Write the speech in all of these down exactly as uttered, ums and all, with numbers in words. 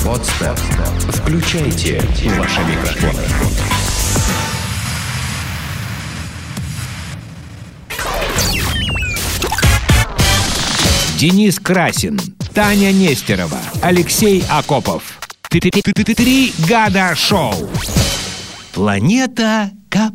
Подстер. Включайте ваши микрофоны. Денис Красин, Таня Нестерова, Алексей Акопов. Три года шоу. Планета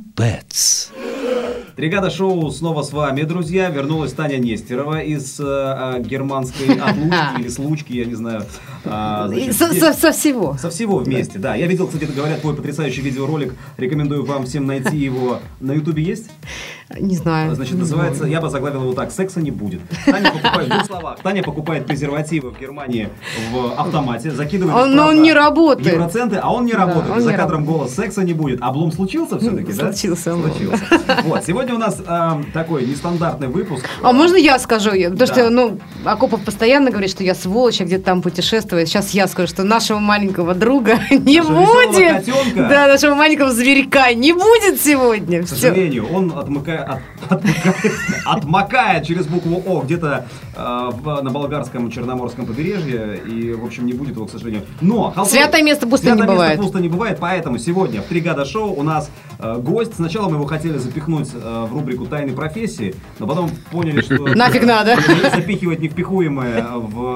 Капец. Бригада шоу снова с вами, друзья. Вернулась Таня Нестерова из э, германской отлучки или случки, я не знаю. А, значит, со, со, со всего. Со всего вместе, да. Я видел, кстати, говорят, твой потрясающий видеоролик. Рекомендую вам всем найти его. На Ютубе есть? Не знаю. Значит, называется, я бы заглавил его так: «Секса не будет». Таня покупает, в двух словах, Таня покупает презервативы в Германии в автомате, закидывает он, но он не работает. Евроценты, а он не да, работает. Он За не кадром работает. голос: «Секса не будет». Облом случился все-таки, да? Случился. Случился. Вот, сегодня у нас э, такой нестандартный выпуск. А можно я скажу? Потому Да. что, ну, Акопов постоянно говорит, что я сволочь, а где-то там путешествую. Сейчас я скажу, что нашего маленького друга не Нашего будет. веселого котенка. Да, нашего маленького зверька не будет сегодня. К Всё. сожалению, он отмыкает, от- отмыкает, отмокает через букву О где-то э, в- на болгарском черноморском побережье. И, в общем, не будет его, к сожалению. Но холстой- Святое место пусто святое не место бывает. пусто не бывает. Поэтому сегодня в «Три года шоу» у нас э, гость. Сначала мы его хотели запихнуть э, в рубрику «Тайны профессии», но потом поняли, что Нафиг надо. запихивать невпихуемое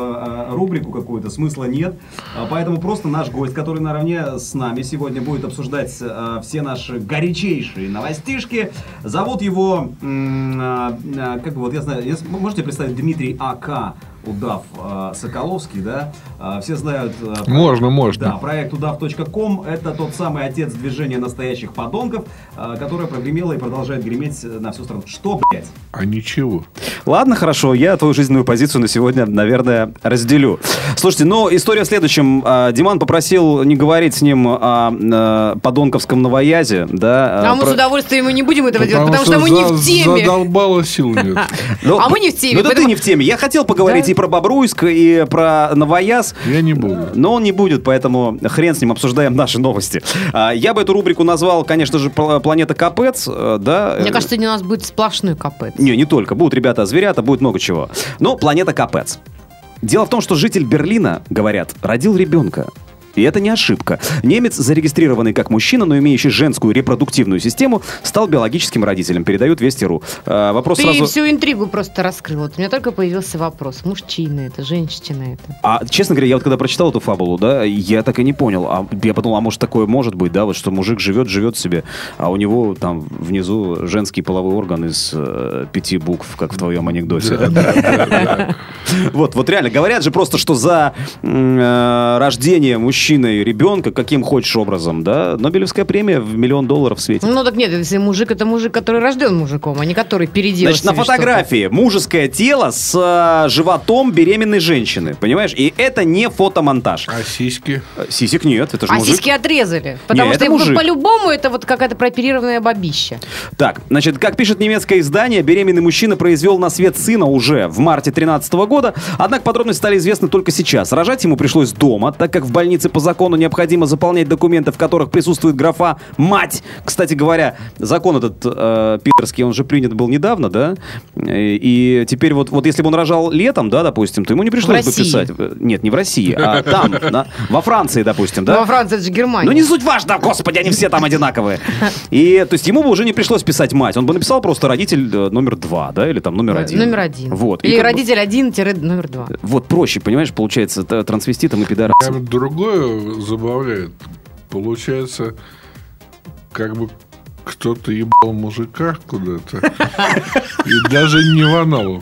в э, рубрику какую-то смысла нет. А, Поэтому просто наш гость, который наравне с нами сегодня будет обсуждать э, все наши горячейшие новостишки. Зовут его, м, а, а, как бы вот я знаю, если- можете представить, Дмитрий АК Удав э, Соколовский, да? А, все знают... э, про- Можно, можно. Да, проект удав точка ком. Это тот самый отец движения настоящих подонков, э, которое прогремело и продолжает греметь на всю страну. Что, блядь? А ничего. Ладно, хорошо, я твою жизненную позицию на сегодня, наверное, разделю. Слушайте, ну, история в следующем. А, Диман попросил не говорить с ним о, э, подонковском новоязе, да. А мы про- с удовольствием и не будем этого делать, потому что мы не за- в теме. Задолбало, сил нет. Ну, А мы не в теме, Ну, да поэтому- ты не в теме. Я хотел поговорить Да. и про Бобруйск, и про новояз. Я не буду. Но он не будет, поэтому хрен с ним, обсуждаем наши новости. А, Я бы эту рубрику назвал, конечно же, «Пл- «Планета Капец», э, да. Мне кажется, сегодня у нас будет сплошной капец. Не, не только. Будут ребята-зверята, будет много чего. Но «Планета Капец». Дело в том, что житель Берлина, говорят, родил ребенка. И это не ошибка. Немец, зарегистрированный как мужчина, но имеющий женскую репродуктивную систему, стал биологическим родителем, передают Вести.ру. А, вопрос Ты сразу... всю интригу просто раскрыл. Вот у меня только появился вопрос. Мужчина это, женщина это. А, честно говоря, я вот когда прочитал эту фабулу, да, я так и не понял. А я подумал, а может такое может быть, да, вот что мужик живет, живет себе, а у него там внизу женский половой орган из э, пяти букв, как в твоем анекдоте. Вот, вот реально, говорят же просто, что за м, э, рождение мужчиной ребенка, каким хочешь образом, да, Нобелевская премия в миллион долларов светит. Ну так нет, если мужик, это мужик, который рожден мужиком, а не который переделал. Значит, на себе фотографии мужеское тело с э, животом беременной женщины, понимаешь? И это не фотомонтаж. А сиськи? Сисек нет, это же что-то. А мужик. сиськи отрезали. Потому Не, что это ну, мужик. по-любому это вот какая-то прооперированная бабища. Так, значит, как пишет немецкое издание, беременный мужчина произвел на свет сына уже в марте тринадцатого года, однако подробности стали известны только сейчас. Рожать ему пришлось дома, так как в больнице по закону необходимо заполнять документы, в которых присутствует графа «мать». Кстати говоря, закон этот э, питерский, он же принят был недавно, да? И, и теперь вот, вот если бы он рожал летом, да, допустим, то ему не пришлось бы России. писать. Нет, не в России, а там, на- во Франции, допустим, да? Ну, во Франции это же Германия. Ну, не суть важно, господи, они все там одинаковые. И, то есть, ему бы уже не пришлось писать мать. Он бы написал просто родитель э, номер два, да, или там номер Да, один. Номер один. Вот. И Или как бы- родитель один тире номер два. Вот проще, понимаешь, получается, т- трансвеститом и пидорасом. Прям другое забавляет. Получается, как бы кто-то ебал мужика куда-то. И даже не в анал.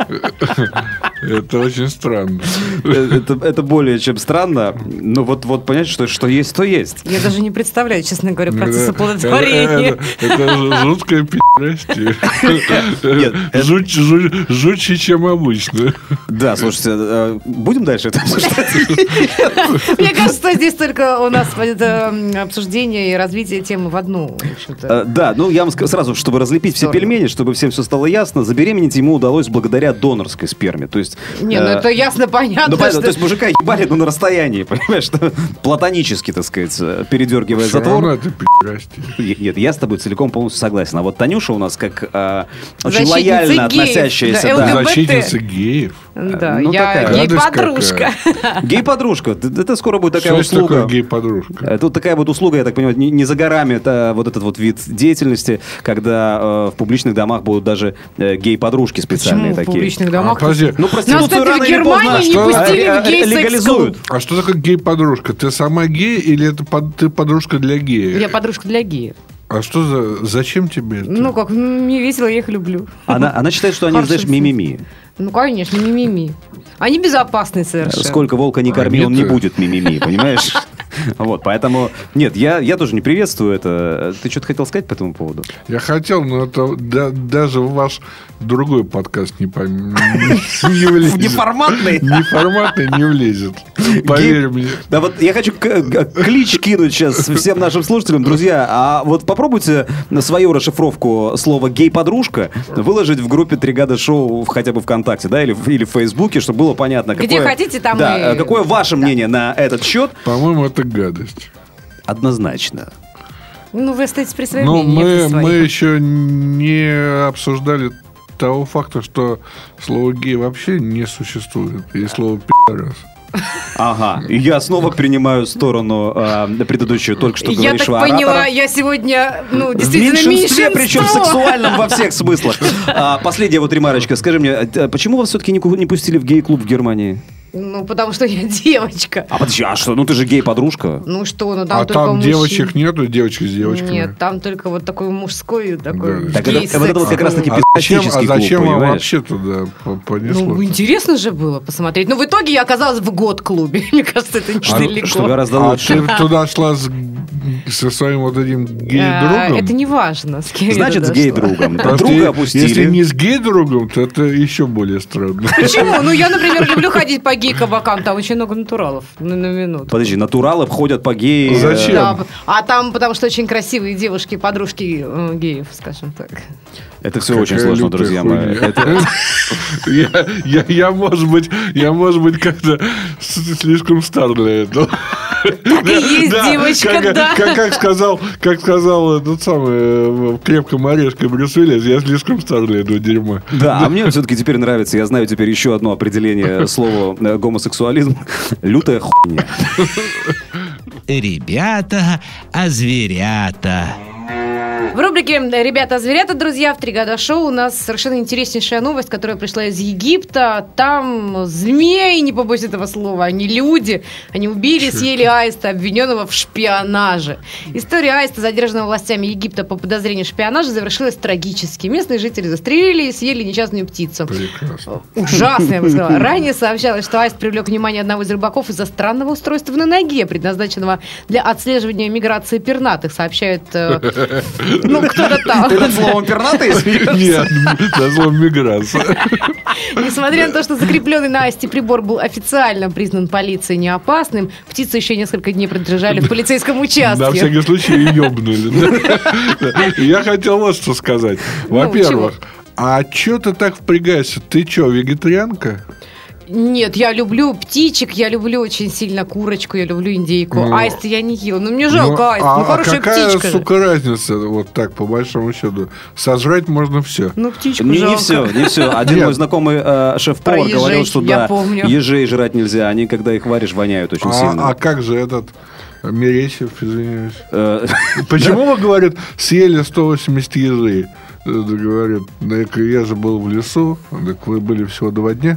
Это очень странно. Это, это более чем странно. Но вот, вот понять, что, что есть, то есть. Я даже не представляю, честно говоря, процесс Это- оплодотворения. Это это же жуткое пи***стие. Нет, это- Жуть- жуть- Жутче, чем обычно. Да, слушайте, э, будем дальше это обсуждать? Мне кажется, что здесь только у нас это м, обсуждение и развитие темы в одну, в общем-то. Э, Да, ну я вам ска- сразу, чтобы разлепить все Здорово. пельмени, чтобы всем все стало ясно, забеременеть ему удалось благодаря донорской сперме. То есть... Не, ну э, это ясно, понятно. Ну, понятно, что- то есть мужика ебали, но на расстоянии, понимаешь, что платонически, так сказать, передергивая Все равно затвор. это пи***стие. Нет, я с тобой целиком полностью согласен. А вот Танюша у нас как э, очень Защитница лояльно геев. относящаяся, Да, да. ЛГБТ. Защитница геев. Да, Ну, я такая гей-подружка. Гей-подружка. Это это скоро будет такая Что это услуга. такое гей-подружка? Э, Тут такая вот услуга, я так понимаю, не, не за горами, это вот этот вот вид деятельности, когда э, в публичных домах будут даже э, гей-подружки специальные Почему в такие. публичных А, домах? подожди, Ну, Нас, проституцию кстати, в рано или поздно Германии не что? пустили э, в э, гей-секс-клуб. легализуют. а что такое гей-подружка? Ты сама гей или это под- ты подружка для гея? Я подружка для геев. А что за... Зачем тебе это? Ну как, мне весело, я их люблю. Она, она считает, что они, Хорошо, знаешь, мимими. Ну, конечно, мимими. Они безопасны совершенно. Сколько волка не корми, он не Они-то- будет мимими, понимаешь? Вот, поэтому... Нет, я, я тоже не приветствую это. Ты что-то хотел сказать по этому поводу? Я хотел, но это да- даже в ваш другой подкаст не, пом- не влезет. Неформатный? Неформатный не влезет. Поверь мне. Да вот я хочу к- к- клич кинуть сейчас всем нашим слушателям. Друзья, а вот попробуйте на свою расшифровку слова «гей-подружка» выложить в группе «Тригада Шоу» в- хотя бы ВКонтакте, да, или, в- или в Фейсбуке, чтобы было понятно, Где какое... хотите, там да, и- какое ваше мнение на этот счет. По-моему, это гадость. Однозначно. Ну, вы остаетесь при своем Но мнении. мы, я при своем. мы еще не обсуждали того факта, что слово «гей» вообще не существует. И слово «пи***раз». Ага. И я снова принимаю сторону э, предыдущую, только что Я так говорившего поняла, оратора. я сегодня, ну, В действительно, меньшинстве, меньшинство. причем сексуальном во всех смыслах. А, последняя вот ремарочка. Скажи мне, а почему вас все-таки не, ку- не пустили в гей-клуб в Германии? Ну, потому что я девочка. А подожди, а что? Ну ты же гей-подружка. Ну что, ну там А только там мужчин. девочек нету, девочки с девочками? Нет, там только вот такой мужской, такой Да. Так это- гей-секс. вот это вот как раз-таки А зачем, а пиздатический клуб, зачем вам понимаешь? вообще туда по- понесло? Ну, интересно же было посмотреть. Но в итоге я оказалась в год-клубе. Мне кажется, это недалеко. Что гораздо А лучше. ты туда шла с- со своим вот этим А, гей-другом? Это не важно, с кем я Значит, с туда шла. гей-другом. Потому что Друга е- опустили. Если не с гей-другом, то это еще более странно. Почему? Ну, я, например, люблю ходить по гей-кабакам. Там очень много натуралов. Ну, на минуту. Подожди, натуралы ходят по геи. Зачем? Да, а там, потому что очень красивые девушки, подружки э, геев, скажем так. Это все очень Какая сложно, лютая друзья мои. хуйня. Это- Я, я, я, может быть, я, может быть, как-то с- слишком стар для этого. Так и есть, девочка, как, да. Как, как сказал, как сказал тот самый э, в крепком орешке Брюс Уиллис, я слишком стар для этого дерьма. Да, а мне все-таки теперь нравится, я знаю теперь еще одно определение слова э, гомосексуализм. Лютая хуйня. Ребята, а зверята. В рубрике «Ребята, зверята, друзья» в «Три года шоу» у нас совершенно интереснейшая новость, которая пришла из Египта. Там змеи, не побоюсь этого слова, они люди. Они убили, съели аиста, обвиненного в шпионаже. История аиста, задержанного властями Египта по подозрению в шпионаже, завершилась трагически. Местные жители застрелили и съели несчастную птицу. Прекрасно. Ужасно, я бы сказала. Ранее сообщалось, что аист привлек внимание одного из рыбаков из-за странного устройства на ноге, предназначенного для отслеживания миграции пернатых, сообщает э, ну, кто-то там. Ты над словом пернатый смеешься? Нет, на слово миграция. Несмотря на то, что закрепленный на аисте прибор был официально признан полицией неопасным, птицу еще несколько дней продержали в полицейском На участке. всякий случай ее ёбнули. Да. Я хотел вот что сказать. Во-первых, а чё ты так впрягаешься? Ты чё, вегетарианка? Нет, я люблю птичек, я люблю очень сильно курочку, я люблю индейку. Ну, Аиста я не ела. Ну, мне жалко аист. а, Ну, хорошая а какая, птичка же. сука, разница, вот так, по большому счету? Сожрать можно все. Ну, птичку Не, не жалко. все, не все. Один Нет. мой знакомый э, шеф-повар Про говорил, ежей, что я да, помню. ежей жрать нельзя. Они, когда их варишь, воняют очень сильно. А, а как же этот Мересьев, извиняюсь? Э, Почему вы, говорят, съели сто восемьдесят ежей? Э, Говорят, «Так я же был в лесу, так вы были всего два дня.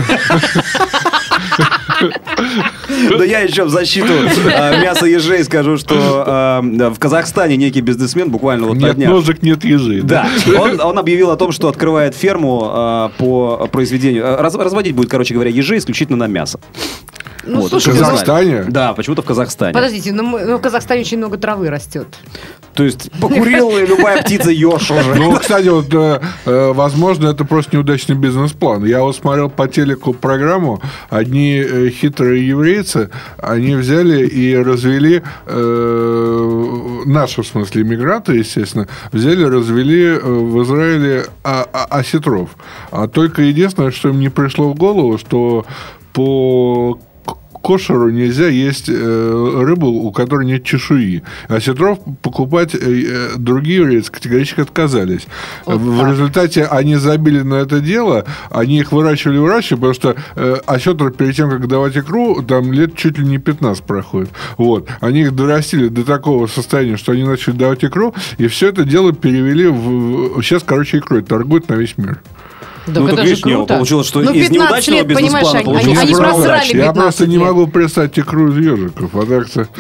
Да я еще в защиту э, мяса ежей скажу, что э, в Казахстане некий бизнесмен буквально вот на Нет днях... ножек, нет ежей. Да, он, он объявил о том, что открывает ферму э, по произведению. э, раз- разводить будет, короче говоря, ежей исключительно на мясо. Ну, Вот, слушай, В чтобы ну, вы знали. Казахстане? Да, почему-то в Казахстане. подождите, ну, мы- ну, в Казахстане очень много травы растет. То есть покурил, и любая птица еж уже. Ну, кстати, вот, э, э, возможно, это просто неудачный бизнес-план. Я вот смотрел по телеку программу, одни э, хитрые еврейцы, они взяли и развели, э, наши, в смысле, иммигранты, естественно, взяли, развели э, в Израиле а- а- осетров. А только единственное, что им не пришло в голову, что по к- кошеру нельзя есть э, рыбу, у которой нет чешуи. А осетров покупать э, другие еврейцы категорически отказались. Вот в так. результате они забили на это дело, они их выращивали, выращивали, потому что э, осетр перед тем, как давать икру, там лет чуть ли не пятнадцать проходит. Вот. Они их дорастили до такого состояния, что они начали давать икру, и все это дело перевели в... Сейчас, короче, икрой торгуют на весь мир. Так Ну, это так же видишь, не, круто. получилось, что Ну, из пятнадцать неудачного лет, понимаешь, бизнес-плана они, получилось они здорово. просрали Я пятнадцать просто не лет. могу представить икру из ежиков, а так-то...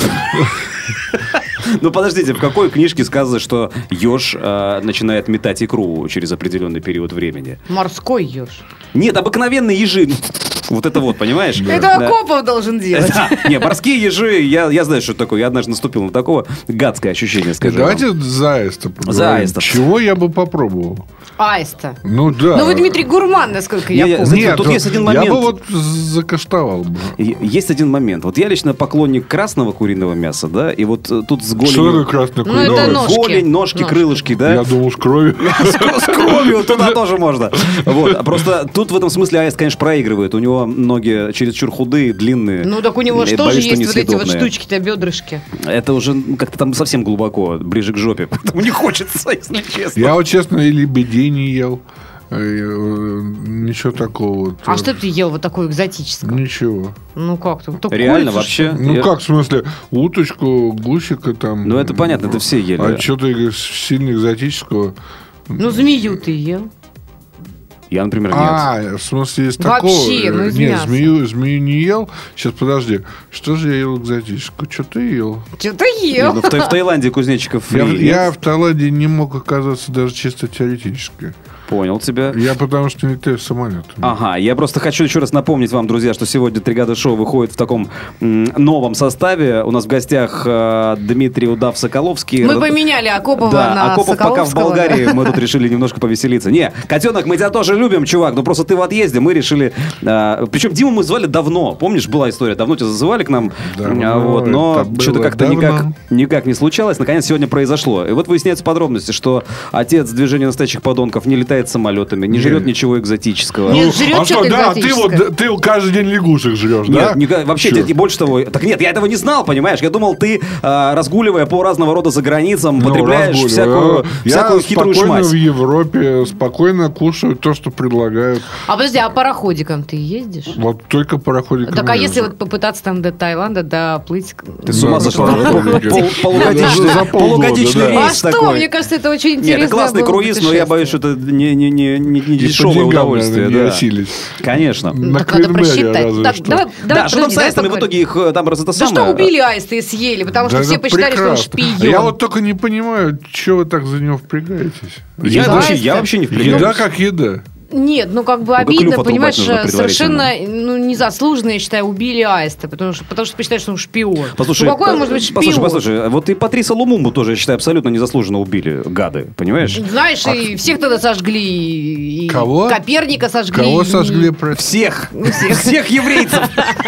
Ну, подождите, в какой книжке сказано, что еж э, начинает метать икру через определенный период времени? Морской еж. Нет, обыкновенные ежи. Вот это вот, понимаешь? Это Да. Акопов должен делать. Да. Не, морские ежи, я, я знаю, что это такое. Я однажды наступил на такого гадское ощущение, скажем. Давайте заэста поговорим. Заэста. Чего я бы попробовал? Аиста. Ну да. Ну, вы Дмитрий Гурман, насколько Не, я не, помню. знаете, Нет, тут вот есть один Я момент. бы вот закаштовал бы. И- Есть один момент. Вот я лично поклонник красного куриного мяса, да, и вот э, тут с Что голенью... такое красный Ну, куриный? это ножки. Голень, ножки, Ножки. крылышки, да? Я думал, с кровью. С с кровью туда тоже можно. Вот. А просто тут в этом смысле аист, конечно, проигрывает. У него ноги чересчур худые, длинные. Ну, так у него И же тоже боюсь, что есть вот эти вот несъедобные. штучки-то, бедрышки. Это уже ну, как-то там совсем глубоко, ближе к жопе. Поэтому не хочется, если честно. Я вот, честно, и лебедей не ел. Э, э, Ничего такого. вот. А что ты ел вот такое экзотическое? Ничего. Ну, как ты? Только Реально, курицу, вообще? Ну Я- как, в смысле, уточку, гусика там. Ну, это понятно, это все ели. А что-то сильно экзотического. что ли? Ну, змею ты ел. Я, например, нет. А, в смысле, из Вообще, такого... ну, из Нет, мяса. змею, змею не ел. Сейчас, подожди. Что же я ел экзотического? Что ты ел? Что ты Не, ел? ну, в, Та- в Таиланде кузнечиков Я, фри, я нет? в Таиланде не мог оказаться даже чисто теоретически. Понял тебя. Я потому что не летаю самолетом. Ага, я просто хочу еще раз напомнить вам, друзья, что сегодня «Тригада Шоу» выходит в таком м, новом составе. У нас в гостях э, Дмитрий Удав-Соколовский. Мы поменяли Акопова Да, на Акопов пока в Соколовского. Болгарии, мы тут решили немножко повеселиться. Не, котенок, мы тебя тоже любим, чувак, но просто ты в отъезде, мы решили... э, причем Диму мы звали давно, помнишь, была история, давно тебя зазывали к нам, Давно, а, вот, но это было что-то как-то давно. никак, никак не случалось, наконец сегодня произошло. И вот выясняются подробности, что отец движения настоящих подонков не летает самолетами, не жрет ничего экзотического. Нет, Ну, жрет а что, что-то да, ты вот экзотическое. ты каждый день лягушек жрешь, Нет, да? никак- вообще, Чё? и больше того, так нет, я этого не знал, понимаешь? Я думал, ты, э, разгуливая по разного рода заграницам, Ну, потребляешь разгуливаю. всякую, Я всякую хитрую спокойно шмать. в Европе спокойно кушаю то, что предлагают. А подожди, а пароходиком ты ездишь? Вот только пароходиком. Так а езжу. если вот попытаться там до Таиланда доплыть? Ты с ума Да, сошла? да, Пол- да, да. пол- Полугодичный За полгода, полугодичный да. А рейс что? такой. Мне кажется, это очень Нет, интересно. это классный круиз, но я боюсь, что это не, не, не, не, не И по дешевое деньгам, удовольствие. наверное, не Да. осилить. Конечно. На Так надо Квинмере просчитать. разве Так, что. давай, Да, давай, что там с подожди, давай аистами в поговорим. итоге их э, там раз это Да что самое... убили аиста и съели, потому что Да все это посчитали, что он прекрасно. шпион. Я вот только не понимаю, что вы так за него впрягаетесь. Я, Да, вообще, аиста. я вообще не Еда впрягаюсь. как еда. Нет, ну как бы Только обидно, клюв понимаешь, отрубать нужно совершенно ну, незаслуженно, я считаю, убили аиста, потому что, потому что посчитали, что он шпион. Послушай, ну какой он э, может быть шпион? послушай, послушай, вот и Патриса Лумумбу тоже, я считаю, абсолютно незаслуженно убили, гады, понимаешь? Знаешь, и всех тогда сожгли. И Кого? Коперника сожгли. Кого и- сожгли? прости? Всех, всех еврейцев.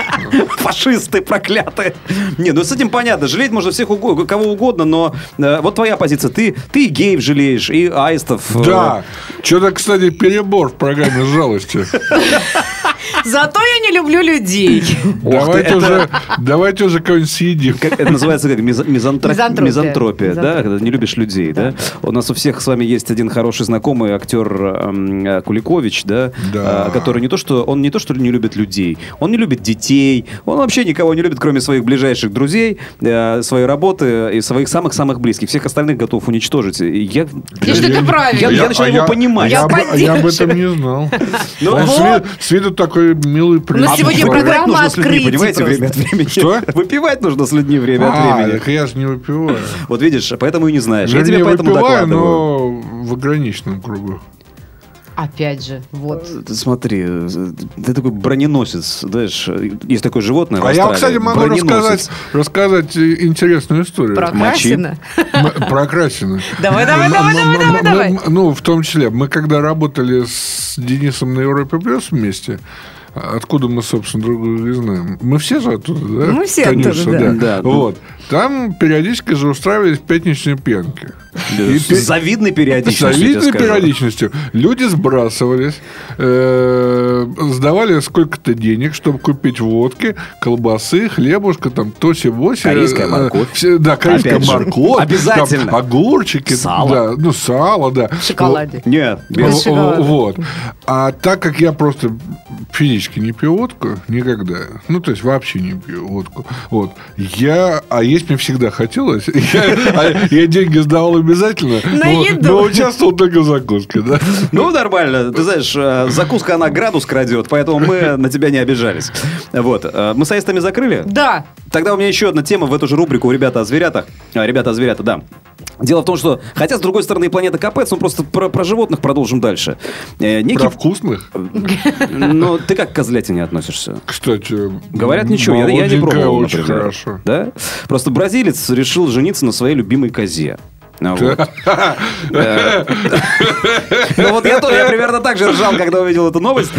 Фашисты проклятые. Не, ну с этим понятно. Жалеть можно всех уго- кого угодно, но э, вот твоя позиция. Ты, ты и геев жалеешь, и аистов. э, Да. Что-то, кстати, перебор в программе с жалостью. Зато я не люблю людей. Давайте уже, давайте уже кого-нибудь съедим. Как это называется, как миза- мизантро- Мизантропия. мизантропия, да, Мизантропия. когда не любишь людей, да. У нас у всех с вами есть один хороший знакомый актер эм, э, Куликович, да, Да. э, который не то что он не то что не любит людей, он не любит детей, он вообще никого не любит, кроме своих ближайших друзей, э, своей работы и своих самых-самых близких. Всех остальных готов уничтожить. И я, И что это правильно. Я- я начинаю его понимать. Я, Я об- я об этом поддерживаю. не знал. Ну, Он вот. с виду- с виду такой милый Ну, А сегодня выпивать программа нужно с людьми, открытий понимаете, просто. время от времени. Что? Выпивать нужно с людьми время от А, времени. так я же не выпиваю. Вот видишь, поэтому и не знаешь. Я Вернее, тебе поэтому выпиваю, докладываю. но в ограниченном кругу. Опять же, вот. Ты смотри, ты такой броненосец, знаешь, есть такое животное в А я, Австралии, кстати, могу броненосец. рассказать, рассказать э, интересную историю. Про Мочи. Красина. М- Про Красина. Давай, давай, давай, давай, давай, давай. Ну, в том числе, мы когда работали с Денисом на Европе Плюс вместе, откуда мы, собственно, друг друга и знаем. Мы все же оттуда, да? Мы все Конечно, оттуда, да. Да, ну. Вот. Там периодически же устраивались пятничные пьянки. С завидной периодичностью. С завидной периодичностью. Люди сбрасывались, сдавали сколько-то денег, чтобы купить водки, колбасы, хлебушка, там, тоси-боси. Корейская морковь. Да, корейская морковь. Обязательно. Огурчики. Сало. Да, ну, сало, да. Шоколады. Нет, без шоколада. Вот. А так как я просто физически не пью водку, никогда. Ну, то есть, вообще не пью водку. Вот. Я... А есть мне всегда хотелось. Я, я деньги сдавал обязательно. На но, еду. но участвовал только в закуске, да. Ну, нормально. Ты знаешь, закуска, она градус крадет, поэтому мы на тебя не обижались. Вот. Мы с аистами закрыли? Да. Тогда у меня еще одна тема в эту же рубрику «Ребята о зверятах». А, «Ребята о зверятах», да. Дело в том, что, хотя, с другой стороны, планета капец, но просто про, про животных продолжим дальше. Э, некий... Про вкусных? Ну, ты как к козлятине относишься? Кстати, Говорят, ничего, я, я не пробовал, очень например. хорошо. Да? Просто бразилец решил жениться на своей любимой козе. Ну, вот. Ну вот я тоже я примерно так же ржал, когда увидел эту новость.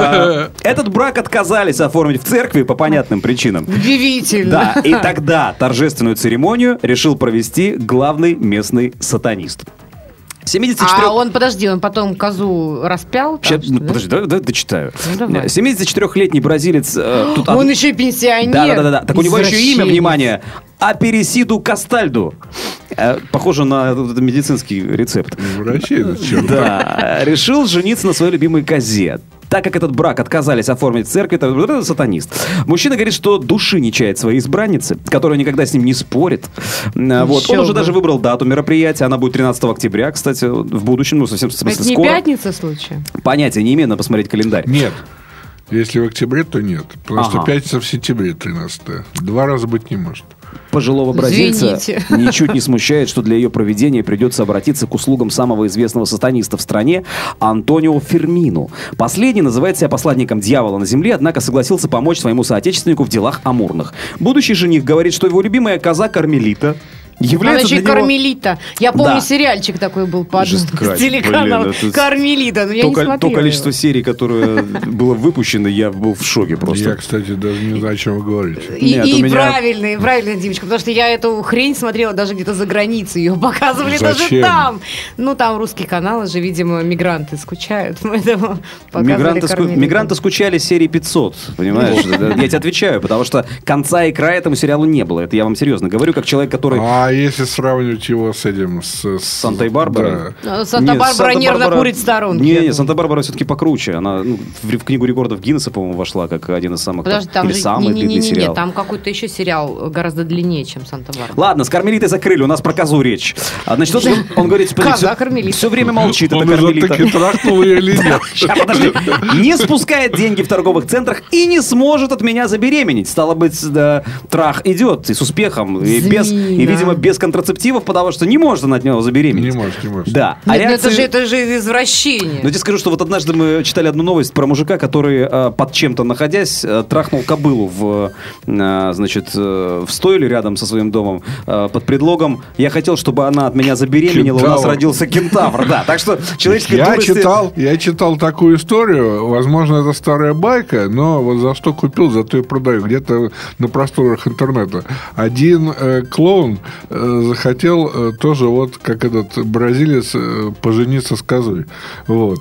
Этот брак отказались оформить в церкви по понятным причинам. Удивительно. Да, и тогда торжественную церемонию решил провести главный местный сатанист. семьдесят четыре... А он, подожди, он потом козу распял? Там, Сейчас, что, ну, да? подожди, давай, давай дочитаю. Ну, давай. семидесятичетырёхлетний бразилец... Э, тут Он од- еще и пенсионер. Да, да, да, да. Так у него еще имя, Извращенец. внимание, Аперисиду Кастальду. Э, похоже на этот медицинский рецепт. Извращенец, черт. Да, решил жениться на своей любимой козе. Так как этот брак отказались оформить в церкви, это, это сатанист. Мужчина говорит, что души не чает своей избранницы, которая никогда с ним не спорит. А, вот. Он уже бы. даже выбрал дату мероприятия. Она будет тринадцатого октября, кстати, в будущем, ну, совсем в смысле Это не скоро. пятница случай? Понятия не имею, надо посмотреть календарь. Нет. Если в октябре, то нет. Потому Ага. что пятница в сентябре тринадцатое. Два раза быть не может. Пожилого бразильца Извините. ничуть не смущает, что для ее проведения придется обратиться к услугам самого известного сатаниста в стране Антонио Фермину. Последний называет себя посланником дьявола на земле, однако согласился помочь своему соотечественнику в делах амурных. Будущий жених говорит, что его любимая коза Кармелита Она является еще и для него... Кармелита. Я помню, Да. сериальчик такой был по одному Жесткач, с телеканала. блин, это- Кармелита. Но я То, не ко- смотрела то количество его. серий, которое было выпущено, я был в шоке просто. Я, кстати, даже не знаю, о чем вы говорите. И, Нет, и у меня- правильно, правильно, Димочка, потому что я эту хрень смотрела даже где-то за границей, ее показывали даже Зачем? там. Ну, там русские каналы же, видимо, мигранты скучают, поэтому показывали Мигранты, ску- Кармелиту. мигранты скучали с серии пятьсот, понимаешь? Да, Я тебе отвечаю, потому что конца и края этому сериалу не было. Это я вам серьезно говорю, как человек, который... А если сравнивать его с этим... С, с Сантой-Барбарой? Да. Ну, Санта-Барбара Нет, нервно Санта-Барбара- курит в сторонке. Не, я не, думаю. Санта-Барбара все-таки покруче. Она ну, в, в книгу рекордов Гиннесса, по-моему, вошла как один из самых... Подожди, там или же... самый длинный Не-не-не, сериал. там какой-то еще сериал гораздо длиннее, чем Санта-Барбара. Ладно, с Кармелитой закрыли, у нас про козу речь. А, значит, он, он говорит, Коза все, Кармелита. все время молчит, Он это уже Кармелита. таки трахнул ее или нет? Ща, подожди. Не спускает деньги в торговых центрах и не сможет от меня забеременеть. Стало быть, да, трах идет и с успехом, и, без, и, Змеина. видимо, без контрацептивов, потому что не может она от него забеременеть. Не может, не может. Да. Нет, А ну это, реакции- же, это же извращение. Но я тебе скажу, что вот однажды мы читали одну новость про мужика, который э, под чем-то находясь, э, трахнул кобылу в, э, значит, э, в стойле рядом со своим домом э, под предлогом «я хотел, чтобы она от меня забеременела, у нас Кентавр. родился кентавр». Да, так что человеческая Я дурости- читал, я читал такую историю. Возможно, это старая байка, но вот за что купил, за то и продаю. Где-то на просторах интернета. Один э, клоун э, захотел э, тоже вот, как этот бразилец, э, пожениться с козой. Вот.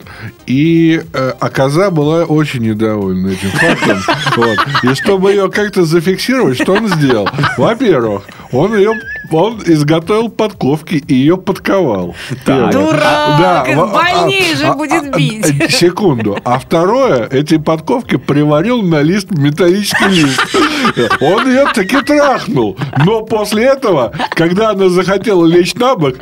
И, э, а коза была очень недовольна этим фактом. Вот. И чтобы ее как-то зафиксировать, что он сделал? Во-первых, он ее он изготовил подковки и ее подковал. Первое. Дурак! Да, во- Больнее же а- будет а- бить. а- Секунду. А второе, эти подковки приварил на лист, металлический лист. Он ее таки трахнул. Но после этого, когда она захотела лечь на бок,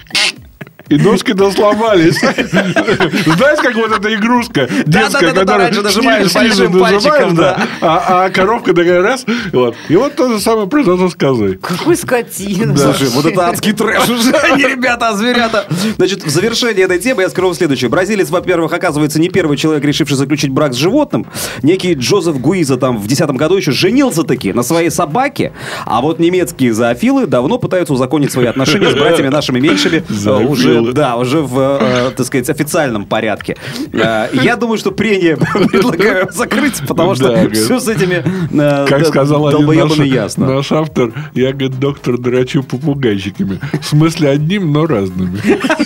и ножки-то сломались. Знаешь, как вот эта игрушка детская, Да-да-да, которая раньше нажимаешь снизу большим нажимаешь, пальчиком, да. а, а коробка такая раз. Вот. И вот то же самое произошло с козой. Какой скотина. Слушай, вот это адский трэш уже, а не ребята, а зверята. Значит, в завершении этой темы я скажу следующее. Бразилец, во-первых, оказывается, не первый человек, решивший заключить брак с животным. Некий Джозеф Гуиза там в десятом году еще женился-таки на своей собаке. А вот немецкие зоофилы давно пытаются узаконить свои отношения с братьями нашими меньшими э, уже уже, да, уже в, э, так сказать, официальном порядке. Э, я думаю, что прения предлагаю закрыть, потому что Да, все с этими э, Как д- сказал один наш, долбоебами ясно. наш автор, я, говорит, доктор драчу попугайчиками. В смысле одним, но разными.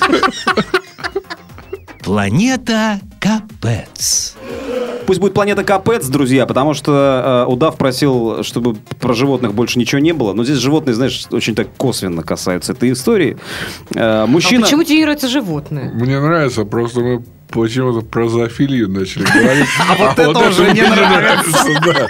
Планета Капец. Пусть будет планета Капец, друзья, потому что э, Удав просил, чтобы про животных больше ничего не было. Но здесь животные, знаешь, очень так косвенно касаются этой истории. Э, мужчина... А почему тебе не нравятся животные? Мне нравится, просто мы почему-то про зоофилию начали говорить. А вот это уже не нравится.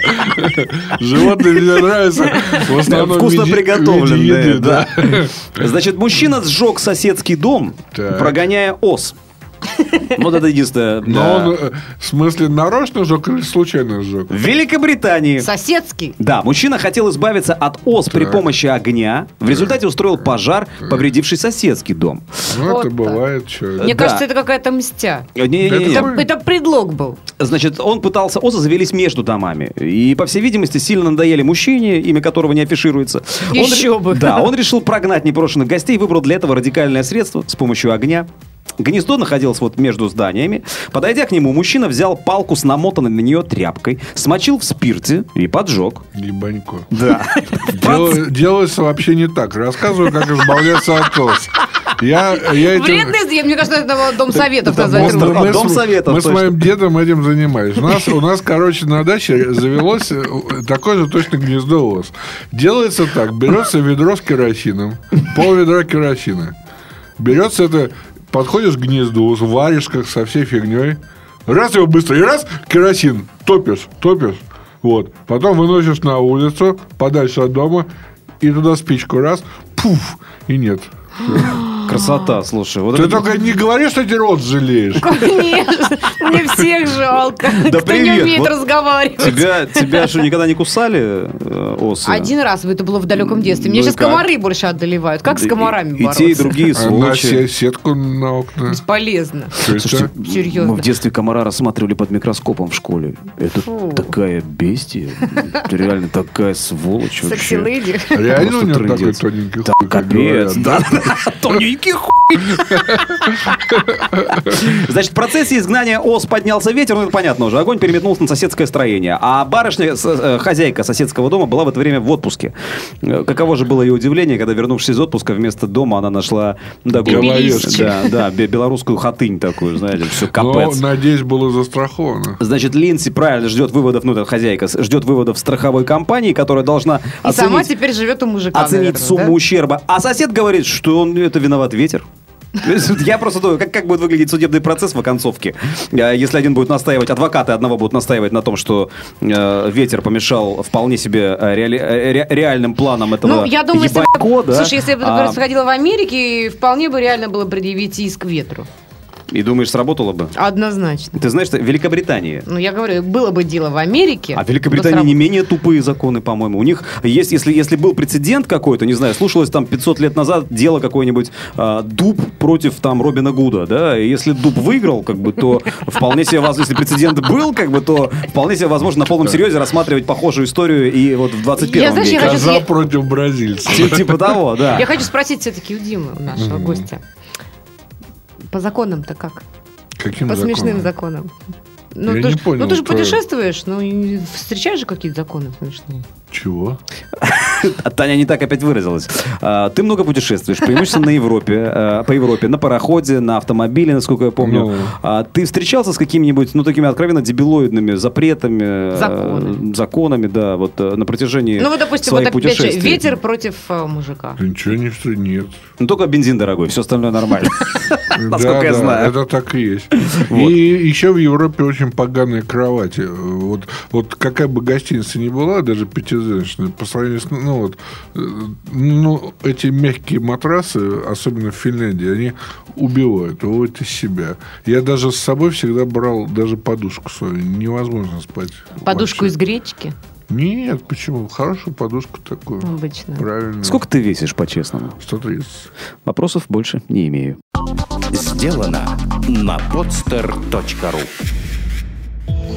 Да. Животные мне нравятся. В основном Вкусно в виде- в виде приготовленные, еды, да. Значит, мужчина сжег соседский дом, Так. прогоняя ос. Вот это единственное. Но да. он, э, в смысле, нарочно сжег или случайно сжег? В Великобритании. Соседский. Да, мужчина хотел избавиться от ос при помощи огня. В результате устроил пожар, повредивший соседский дом. Ну, Вот это так. бывает. Что. Мне Да. кажется, это какая-то мстя. Не-не-не. Это, это предлог был. Значит, он пытался... Осы завелись между домами. И, по всей видимости, сильно надоели мужчине, имя которого не афишируется. Он Еще ре- бы. Да, он решил прогнать непрошенных гостей и выбрал для этого радикальное средство с помощью огня. Гнездо находилось вот между зданиями. Подойдя к нему, мужчина взял палку с намотанной на нее тряпкой, смочил в спирте и поджег. Ебанько. Да. Дел- Делается вообще не так. Рассказываю, как избавляться от ос. Я, я этим... Вредный, я- мне кажется, это дом советов это назвать монстр. трудно. А, мы Дом с, советов, мы с точно. моим дедом этим занимались. У нас, у нас, короче, на даче завелось э, такое же точно гнездо ос. Делается так. Берется ведро с керосином, пол ведра керосина. Берется это, подходишь к гнезду, варишь как со всей фигней. Раз его быстро, и раз керосин. Топишь, топишь. Вот. Потом выносишь на улицу, подальше от дома, и туда спичку раз, пуф, и нет. Красота, слушай. Вот Ты это- только не говори, что ты рот жалеешь. Конечно, мне всех жалко. Да Кто не привет, умеет вот разговаривать. Тебя, тебя что, никогда не кусали э, осы? Один раз, это было в далеком детстве. Мне Ну и сейчас как? комары больше одолевают. Как с И- комарами и, бороться? и те, и другие А на се- сволочи. сетку на окна. Бесполезно. Что это? Слушайте, Серьезно. мы в детстве комара рассматривали под микроскопом в школе. Это Фу. такая бестия. Это реально такая сволочь вообще. Секси-леди. Реально у Просто него такой трындец. тоненький Там хуй, как капец. говорят, Да, тоненький хуй. Значит, в процессе изгнания ос поднялся ветер, ну это понятно уже. Огонь переметнулся на соседское строение. А барышня, с- э, хозяйка соседского дома, была в это время в отпуске. Э, Каково же было ее удивление, когда, вернувшись из отпуска, вместо дома она нашла да, Бебелище. да, да, бе- белорусскую хатынь такую, знаете, все Но, капец. надеюсь, было застраховано. Значит, Линдси правильно ждет выводов, ну, это хозяйка, с- ждет выводов страховой компании, которая должна И сама оценить, теперь живет у мужика, оценить наверное, сумму да? ущерба. А сосед говорит, что он это виноват ветер. Я просто думаю, как, как будет выглядеть судебный процесс в оконцовке. Э, Если один будет настаивать, адвокаты одного будут настаивать на том, что э, ветер помешал вполне себе э, реали- э, ре- реальным планам этого Ну, я думаю, если бы, ебанько, да? слушай, если бы это А, происходило в Америке, вполне бы реально было предъявить иск ветру. И думаешь, сработало бы? Однозначно. Ты знаешь, что в Великобритании. Ну, я говорю, было бы дело в Америке. А в Великобритании то не менее тупые законы, по-моему. У них есть, если, если был прецедент какой-то, не знаю, слушалось там пятьсот лет назад дело какое-нибудь а, Дуб против там Робина Гуда, да, и если Дуб выиграл, как бы, то вполне себе возможно, если прецедент был, как бы, то вполне себе возможно на полном серьезе рассматривать похожую историю и вот в двадцать первом Я, знаешь, я веке. хочу- Коза я- против бразильца. Ти- Типа того, да. Я хочу спросить все-таки у Димы, у нашего гостя. По законам-то как? Каким По законом? смешным законам. Ну, Я ты не ж- понял, ну, ты же про- путешествуешь, ну, и встречаешь же какие-то законы смешные. Чего? А Таня не так опять выразилась. А, Ты много путешествуешь, преимущественно на Европе, а, по Европе, на пароходе, на автомобиле, насколько я помню. Ну. А Ты встречался с какими-нибудь, ну, такими откровенно дебилоидными запретами, э, Законами. законами, да, вот э, на протяжении Ну, вот, допустим, своих вот опять же, путешествий? ветер против э, мужика. Ты ничего не встр- нет. Ну, только бензин дорогой, все остальное нормально. Насколько Да, я да, знаю. это так и есть. Вот. И еще в Европе очень поганые кровати. Вот, вот какая бы гостиница ни была, даже пятизвездочная, по сравнению с... Ну, вот, э, ну, эти мягкие матрасы, особенно в Финляндии, они убивают, выводят из себя. Я даже с собой всегда брал даже подушку свою. Невозможно спать. Подушку из вообще. гречки Нет, почему? Хорошую подушку такую. обычно. Правильно. Сколько ты весишь, по-честному? сто тридцать. Вопросов больше не имею. Сделано на podster точка ру.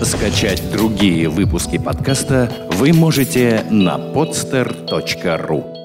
Скачать другие выпуски подкаста вы можете на podster точка ру.